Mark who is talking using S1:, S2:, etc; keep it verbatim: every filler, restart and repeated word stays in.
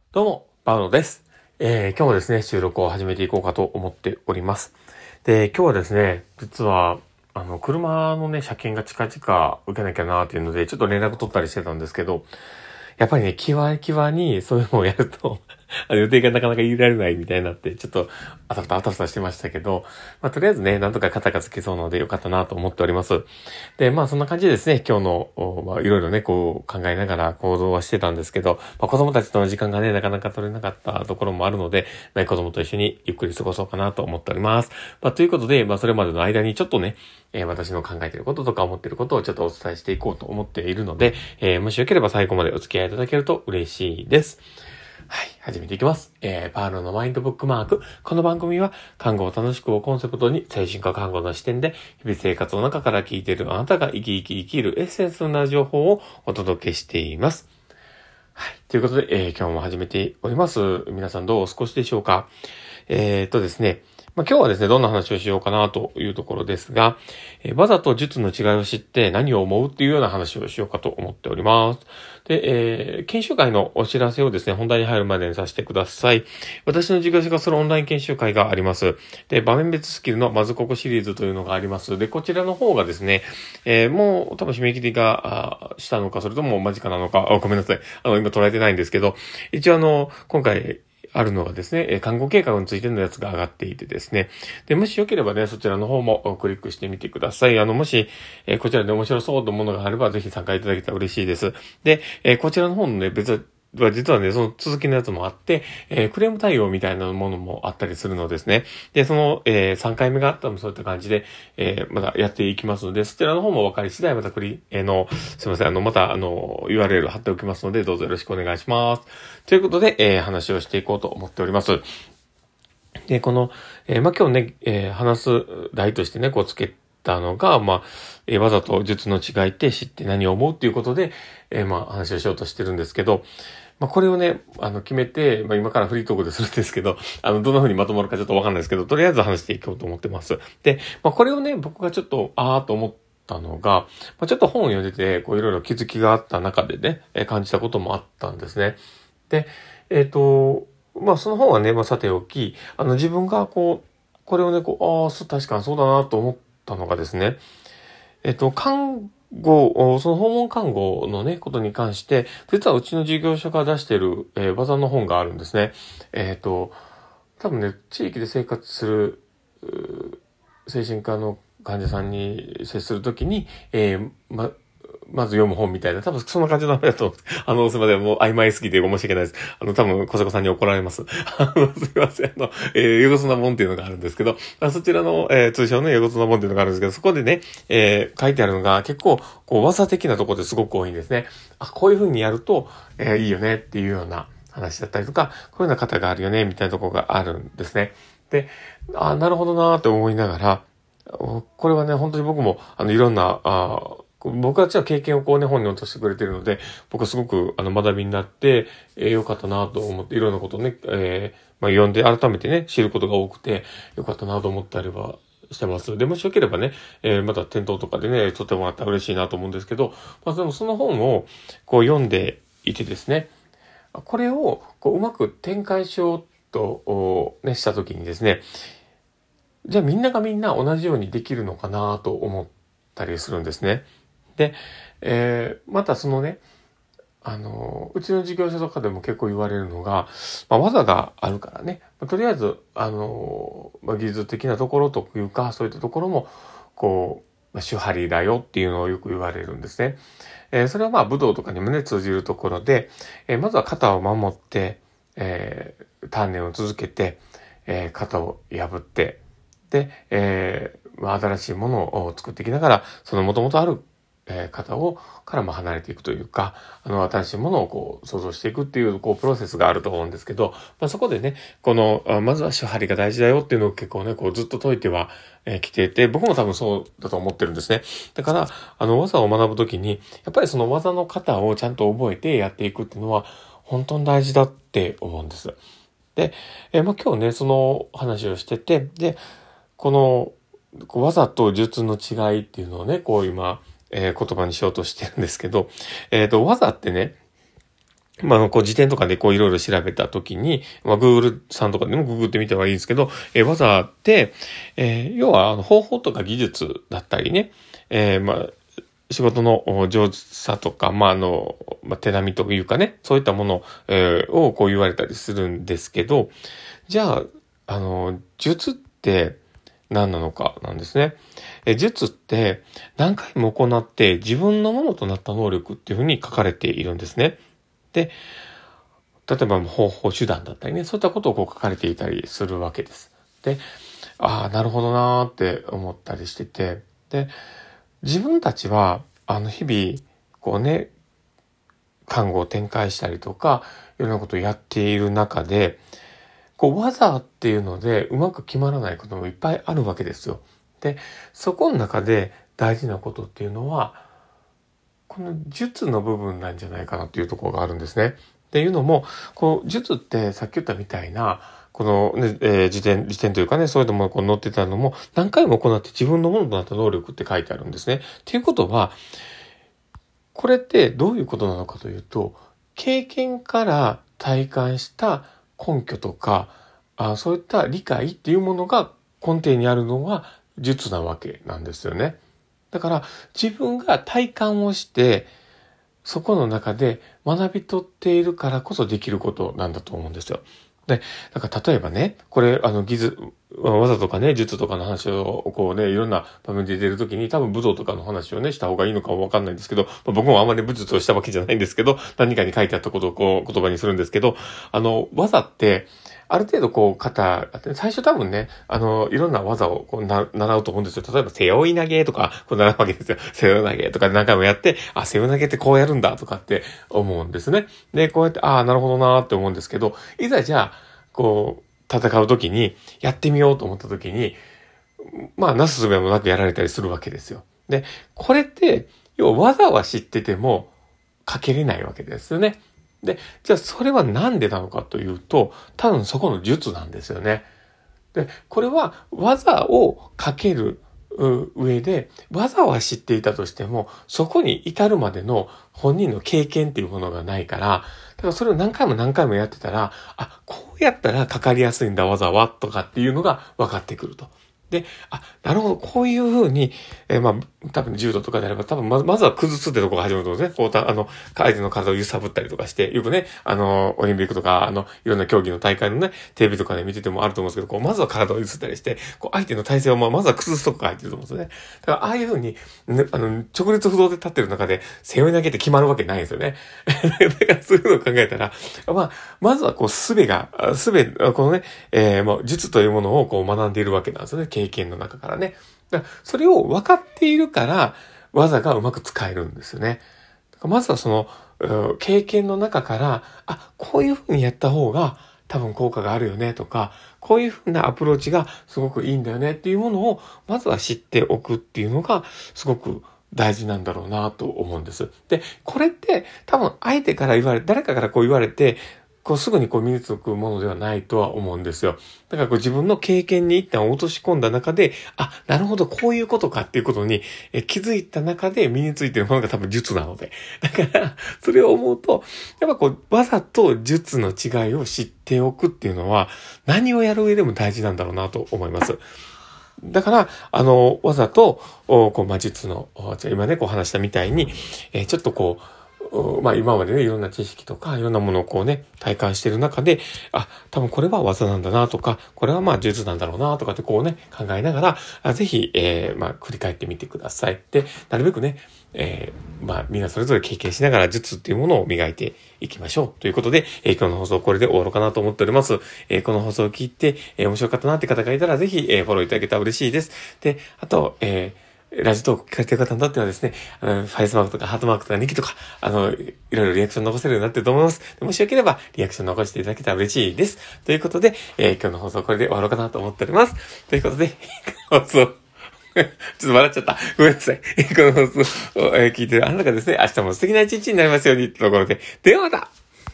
S1: どうも、パウロです。えー、今日もですね、収録を始めていこうかと思っております。で、今日はですね、実は、あの、車のね、車検が近々受けなきゃなーっていうので、ちょっと連絡取ったりしてたんですけど、やっぱりね、キワキワにそういうのをやると、あの予定がなかなか入れられないみたいになって、ちょっと、あたふたあたふたしてましたけど、まあ、とりあえずね、なんとか肩がつけそうなのでよかったなと思っております。で、まあ、そんな感じでですね、今日の、おまあ、いろいろね、こう、考えながら行動はしてたんですけど、まあ、子供たちとの時間がね、なかなか取れなかったところもあるので、まあ、子供と一緒にゆっくり過ごそうかなと思っております。まあ、ということで、まあ、それまでの間にちょっとね、えー、私の考えていることとか思っていることをちょっとお伝えしていこうと思っているので、えー、もしよければ最後までお付き合いいただけると嬉しいです。はい、始めていきます。えー、パールのマインドブックマーク。この番組は、看護を楽しくをコンセプトに、精神科看護の視点で、日々生活の中から聞いているあなたが生き生き生きるエッセンスな情報をお届けしています。はい、ということで、えー、今日も始めております。皆さんどうお過ごしでしょうか？えー、っとですね、まあ、今日はですね、どんな話をしようかなというところですが、えー、技と術の違いを知って何を思うっていうような話をしようかと思っております。で、えー、研修会のお知らせをですね、本題に入るまでにさせてください。私の授業者がするオンライン研修会があります。で、場面別スキルのまずここシリーズというのがあります。で、こちらの方がですね、えー、もう多分締め切りがしたのか、それとも間近なのか、あ、ごめんなさい。あの、今捉えてないんですけど、一応あの、今回、あるのがですね、看護計画についてのやつが上がっていてですね。で、もしよければね、そちらの方もクリックしてみてください。あの、もし、えー、こちらで面白そうと思うのがあれば、ぜひ参加いただけたら嬉しいです。で、えー、こちらの方のね、別は、実はね、その続きのやつもあって、えー、クレーム対応みたいなものもあったりするのですね。で、その、えー、さんかいめが多分そういった感じで、えー、まだやっていきますので、そちらの方も分かり次第またクリ、えー、の、すいません、あの、また、あの、ユーアールエル 貼っておきますので、どうぞよろしくお願いします。ということで、えー、話をしていこうと思っております。で、この、えー、まあ、今日ね、えー、話す題としてね、こうつけたのが、まあ、えー、技と術の違いって知って何を思うっていうことで、えー、まあ、話をしようとしてるんですけど、まあ、これをね、あの、決めて、まあ、今からフリートークでするんですけど、あの、どんな風にまとまるかちょっとわかんないですけど、とりあえず話していこうと思ってます。で、まあ、これをね、僕がちょっと、あーと思ったのが、まあ、ちょっと本を読んでて、こう、いろいろ気づきがあった中でね、えー、感じたこともあったんですね。で、えっと、まあ、その本はね、まあ、さておき、あの、自分がこう、これをね、こう、ああ、そう、確かにそうだなと思ったのがですね、えっと、看護、その訪問看護のね、ことに関して、実はうちの事業所が出している、えー、技の本があるんですね。えっと、多分ね、地域で生活する、精神科の患者さんに接するときに、えー、ま、まず読む本みたいな、多分そんな感じの名前だと思う。あの、すみません、もう曖昧すぎて申し訳ないです。あの、多分、小坂さんに怒られます。あの、すみません、あの、えー、横綱本っていうのがあるんですけど、そちらの、えー、通称の横綱本っていうのがあるんですけど、そこでね、えー、書いてあるのが結構、こう、技的なところですごく多いんですね。あ、こういう風にやると、えー、いいよねっていうような話だったりとか、こういうような方があるよね、みたいなところがあるんですね。で、あ、なるほどなーって思いながら、これはね、本当に僕も、あの、いろんな、あ僕たちは経験をこうね、本に落としてくれてるので、僕はすごく、あの、学びになって、えー、よかったなと思って、いろんなことをね、えー、まあ、読んで改めてね、知ることが多くて、よかったなと思ったりはしてます。で、もしよければね、えー、また店頭とかでね、撮ってもらったら嬉しいなと思うんですけど、まあ、でもその本を、こう読んでいてですね、これを、こう、うまく展開しようと、ね、したときにですね、じゃあみんながみんな同じようにできるのかなと思ったりするんですね。で、えー、またそのね、あの、うちの事業者とかでも結構言われるのが、まあ、技があるからね、まあ、とりあえず、あの、まあ、技術的なところというか、そういったところも、こう、まあ、手張りだよっていうのをよく言われるんですね。えー、それはまあ武道とかにもね通じるところで、えー、まずは型を守って、えー、鍛錬を続けて、えー、型を破って、で、えー、まあ、新しいものを作っていきながら、その元々ある、えー、型を、からも離れていくというか、あの、新しいものをこう、創造していくっていう、こう、プロセスがあると思うんですけど、まあ、そこでね、この、まずは手張りが大事だよっていうのを結構ね、こう、ずっと解いては、えー、来ていて、僕も多分そうだと思ってるんですね。だから、あの、技を学ぶときに、やっぱりその技の型をちゃんと覚えてやっていくっていうのは、本当に大事だって思うんです。で、えー、まあ、今日ね、その話をしてて、で、この、技と術の違いっていうのをね、こう今、えー、言葉にしようとしてるんですけど、えっと、技ってね、 まあ、あの、こう、辞典とかでこういろいろ調べたときに、まあ、Google さんとかでもググってみてはいいんですけど、えー、技って、えー、要は、あの、方法とか技術だったりね、えー、まあ、仕事の上手さとか、まあ、あの、まあ、手並みというかね、そういったもの、えー、をこう言われたりするんですけど、じゃあ、あの、術って何なのかなんですね。え術って何回も行って自分のものとなった能力っていうふうに書かれているんですね。で、例えば方法、手段だったりね、そういったことをこう書かれていたりするわけです。で、ああ、なるほどなーって思ったりしてて、で、自分たちは、あの、日々、こうね、看護を展開したりとか、いろんなことをやっている中で、こう、技っていうのでうまく決まらないこともいっぱいあるわけですよ。で、そこの中で大事なことっていうのは、この術の部分なんじゃないかなっていうところがあるんですね。っていうのも、こう、術ってさっき言ったみたいな、この、ね、えー、辞典、辞典というかね、そういうのもこう載ってたのも、何回も行って自分のものとなった能力って書いてあるんですね。っていうことは、これってどういうことなのかというと、経験から体感した根拠とか、あそういった理解っていうものが根底にあるのが術なわけなんですよね。だから自分が体感をして、そこの中で学び取っているからこそできることなんだと思うんですよ。で、だから例えばね、これ、あの、技術、技とかね、術とかの話を、こうね、いろんな場面で出るときに、多分武道とかの話をね、した方がいいのかもわかんないんですけど、まあ、僕もあんまり武術をしたわけじゃないんですけど、何かに書いてあったことをこう、言葉にするんですけど、あの、技って、ある程度こう、型、最初多分ね、あの、いろんな技をこうな習うと思うんですよ。例えば、背負い投げとか、こう習うわけですよ。背負い投げとか何回もやって、あ、背負い投げってこうやるんだとかって思うんですね。で、こうやって、ああ、なるほどなーって思うんですけど、いざじゃあ、こう、戦うときに、やってみようと思ったときに、まあ、なすすべもなくやられたりするわけですよ。で、これって、要は技は知ってても、かけれないわけですよね。で、じゃあそれはなんでなのかというと、多分そこの術なんですよね。で、これは技をかける上で、技は知っていたとしても、そこに至るまでの本人の経験っていうものがないから、だからそれを何回も何回もやってたら、あ、こうやったらかかりやすいんだ、技は、とかっていうのが分かってくると。で、あ、なるほど、こういうふうに、えー、まあ、多分柔道とかであれば、多分まず、まずは崩すってとこが始まると思うんですね。こうた、あの、相手の体を揺さぶったりとかして、よくね、あの、オリンピックとか、あの、いろんな競技の大会のね、テレビとかで見ててもあると思うんですけど、こう、まずは体を揺すったりして、こう、相手の体勢を、まあ、まずは崩すとこが入ってると思うんですよね。だから、ああいうふうに、ね、あの、直立不動で立ってる中で、背負い投げって決まるわけないんですよね。だから、そういうのを考えたら、まあ、まずはこう、すべが、すべ、このね、えー、まあ、術というものをこう、学んでいるわけなんですよね。経験の中からね。だからそれを分かっているから、技がうまく使えるんですよね。だからまずはその、経験の中から、あ、こういうふうにやった方が多分効果があるよねとか、こういうふうなアプローチがすごくいいんだよねっていうものを、まずは知っておくっていうのが、すごく大事なんだろうなと思うんです。で、これって多分相手から言われ、誰かからこう言われて、こうすぐにこう身につくものではないとは思うんですよ。だからこう自分の経験に一旦落とし込んだ中で、あ、なるほど、こういうことかっていうことにえ気づいた中で身についているものが多分術なので。だから、それを思うと、やっぱこう、技と術の違いを知っておくっていうのは、何をやる上でも大事なんだろうなと思います。だから、あの、技と、こう、魔術の、今ね、こう話したみたいに、えちょっとこう、まあ今までね、いろんな知識とか、いろんなものをこうね、体感している中で、あ、多分これは技なんだなとか、これはまあ術なんだろうなとかってこうね、考えながら、あぜひ、えー、まあ振り返ってみてください。で、なるべくね、えー、まあみんなそれぞれ経験しながら術っていうものを磨いていきましょう。ということで、えー、今日の放送これで終わろうかなと思っております。えー、この放送を聞いて、えー、面白かったなって方がいたら、ぜひ、えー、フォローいただけたら嬉しいです。で、あと、えーラジオトーク聞かれてる方にとってはですね、あの、ファイスマークとかハートマークとかニキとか、あの、いろいろリアクション残せるようになってると思います。もしよければ、リアクション残していただけたら嬉しいです。ということで、えー、今日の放送これで終わろうかなと思っております。ということで、放送、ちょっと笑っちゃった。ごめんなさい。この放送を聞いてるあなたがですね、明日も素敵な一日になりますようにってところで、ではまた